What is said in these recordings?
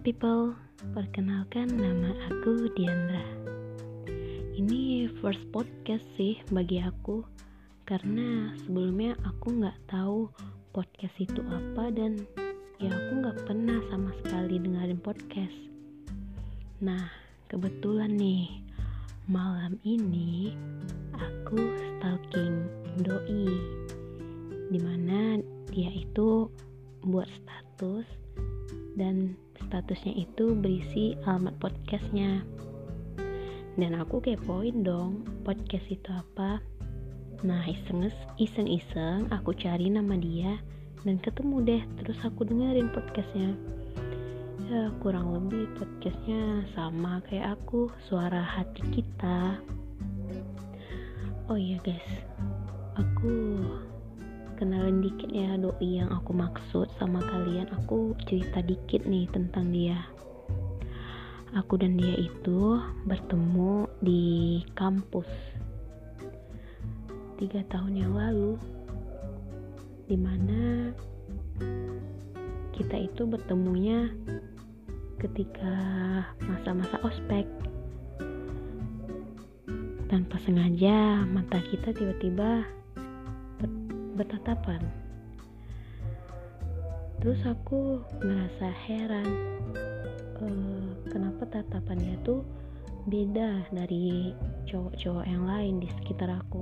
people, perkenalkan nama aku Diandra. Ini first podcast sih bagi aku, karena sebelumnya aku nggak tahu podcast itu apa dan aku nggak pernah sama sekali dengerin podcast. Nah, kebetulan nih malam ini aku stalking doi, dimana dia itu buat status dan statusnya itu berisi alamat podcastnya. Dan aku kepoin dong, podcast itu apa. Nah, iseng-iseng aku cari nama dia dan ketemu deh. Terus aku dengerin podcastnya. Ya, kurang lebih podcastnya sama kayak aku, suara hati kita. Oh iya guys, aku kenalin dikit ya doi yang aku maksud sama kalian. Aku cerita dikit nih tentang dia. Aku dan dia itu bertemu di kampus 3 tahun yang lalu, dimana kita itu bertemunya ketika masa-masa ospek. Tanpa sengaja mata kita tiba-tiba bertatapan. Terus aku ngerasa heran, kenapa tatapannya tuh beda dari cowok-cowok yang lain di sekitar aku.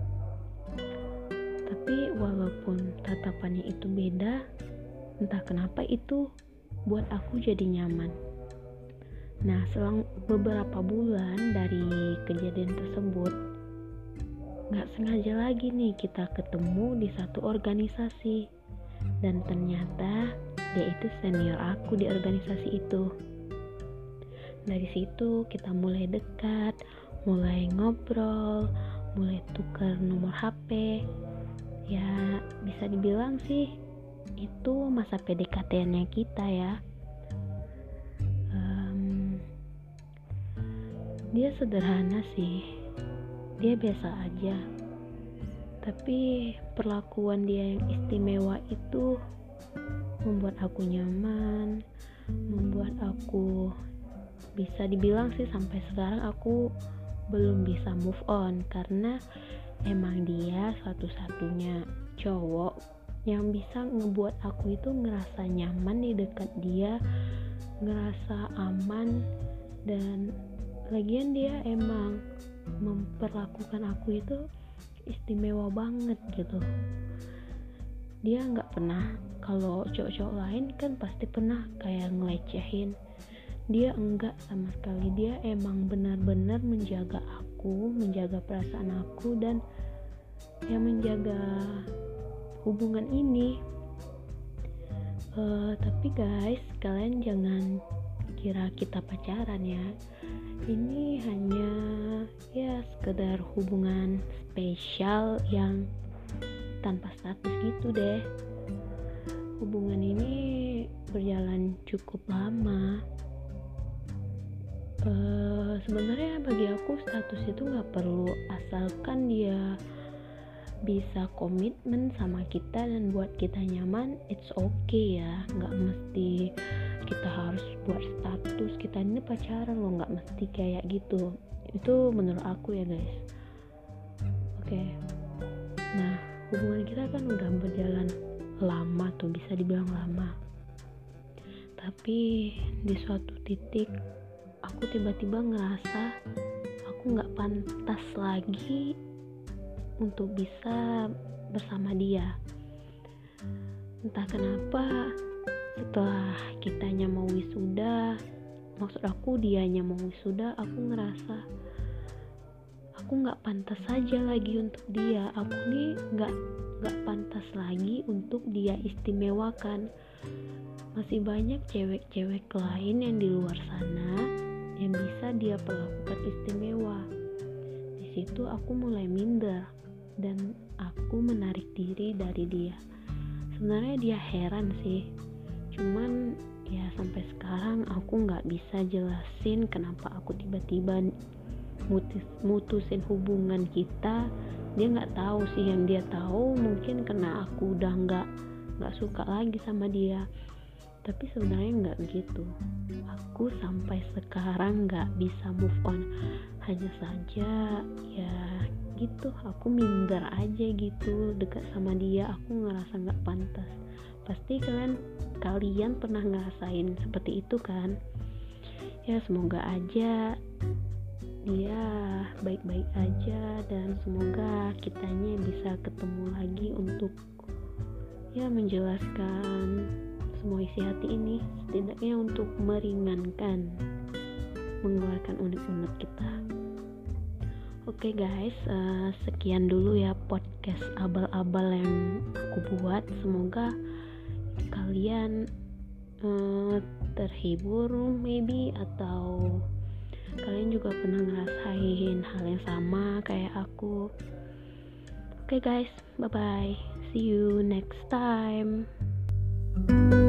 Tapi walaupun tatapannya itu beda, entah kenapa itu buat aku jadi nyaman. Nah, selang beberapa bulan dari kejadian tersebut, gak sengaja lagi nih kita ketemu di satu organisasi. Dan ternyata dia itu senior aku di organisasi itu. Dari situ kita mulai dekat, mulai ngobrol, mulai tukar nomor HP. Ya bisa dibilang sih itu masa PDKT-nya kita ya. Dia sederhana sih, dia biasa aja, tapi perlakuan dia yang istimewa itu membuat aku nyaman, membuat aku bisa dibilang sih sampai sekarang aku belum bisa move on, karena emang dia satu-satunya cowok yang bisa ngebuat aku itu ngerasa nyaman di dekat dia, ngerasa aman. Dan lagian dia emang memperlakukan aku itu istimewa banget gitu. Dia nggak pernah, kalau cowok-cowok lain kan pasti pernah kayak ngelecehin, dia enggak sama sekali. Dia emang benar-benar menjaga aku, menjaga perasaan aku, dan menjaga hubungan ini. Tapi guys, kalian jangan kira kita pacaran ya. Ini hanya sekedar hubungan spesial yang tanpa status gitu deh. Hubungan ini berjalan cukup lama. Sebenarnya bagi aku status itu gak perlu, asalkan dia bisa komitmen sama kita dan buat kita nyaman, it's okay ya. Gak mesti kita harus buat status kita ini pacaran loh, gak mesti kayak gitu. Itu menurut aku ya guys. Oke. Nah, hubungan kita kan udah berjalan lama tuh, bisa dibilang lama. Tapi di suatu titik aku tiba-tiba ngerasa aku gak pantas lagi untuk bisa bersama dia. Entah kenapa setelah kitanya mau wisuda, maksud aku dianya mau wisuda, aku ngerasa aku gak pantas saja lagi untuk dia. Aku nih gak pantas lagi untuk dia istimewakan. Masih banyak cewek-cewek lain yang di luar sana yang bisa dia perlakukan istimewa. Di situ aku mulai minder dan aku menarik diri dari dia. Sebenarnya dia heran sih, cuman ya sampai sekarang aku nggak bisa jelasin kenapa aku tiba-tiba mutusin hubungan kita. Dia nggak tahu sih, yang dia tahu mungkin karena aku udah nggak suka lagi sama dia. Tapi sebenarnya nggak gitu. Aku sampai sekarang nggak bisa move on. Hanya saja ya gitu, aku minder aja gitu dekat sama dia. Aku ngerasa nggak pantas. Pasti kalian pernah ngerasain seperti itu kan? Ya semoga aja dia baik-baik aja, dan semoga kitanya bisa ketemu lagi untuk ya menjelaskan semua isi hati ini, setidaknya untuk meringankan, mengeluarkan unek-unek kita. Oke guys, sekian dulu ya podcast abal-abal yang aku buat. Semoga kalian terhibur maybe, atau kalian juga pernah ngerasain hal yang sama kayak aku. Oke guys, bye bye, see you next time.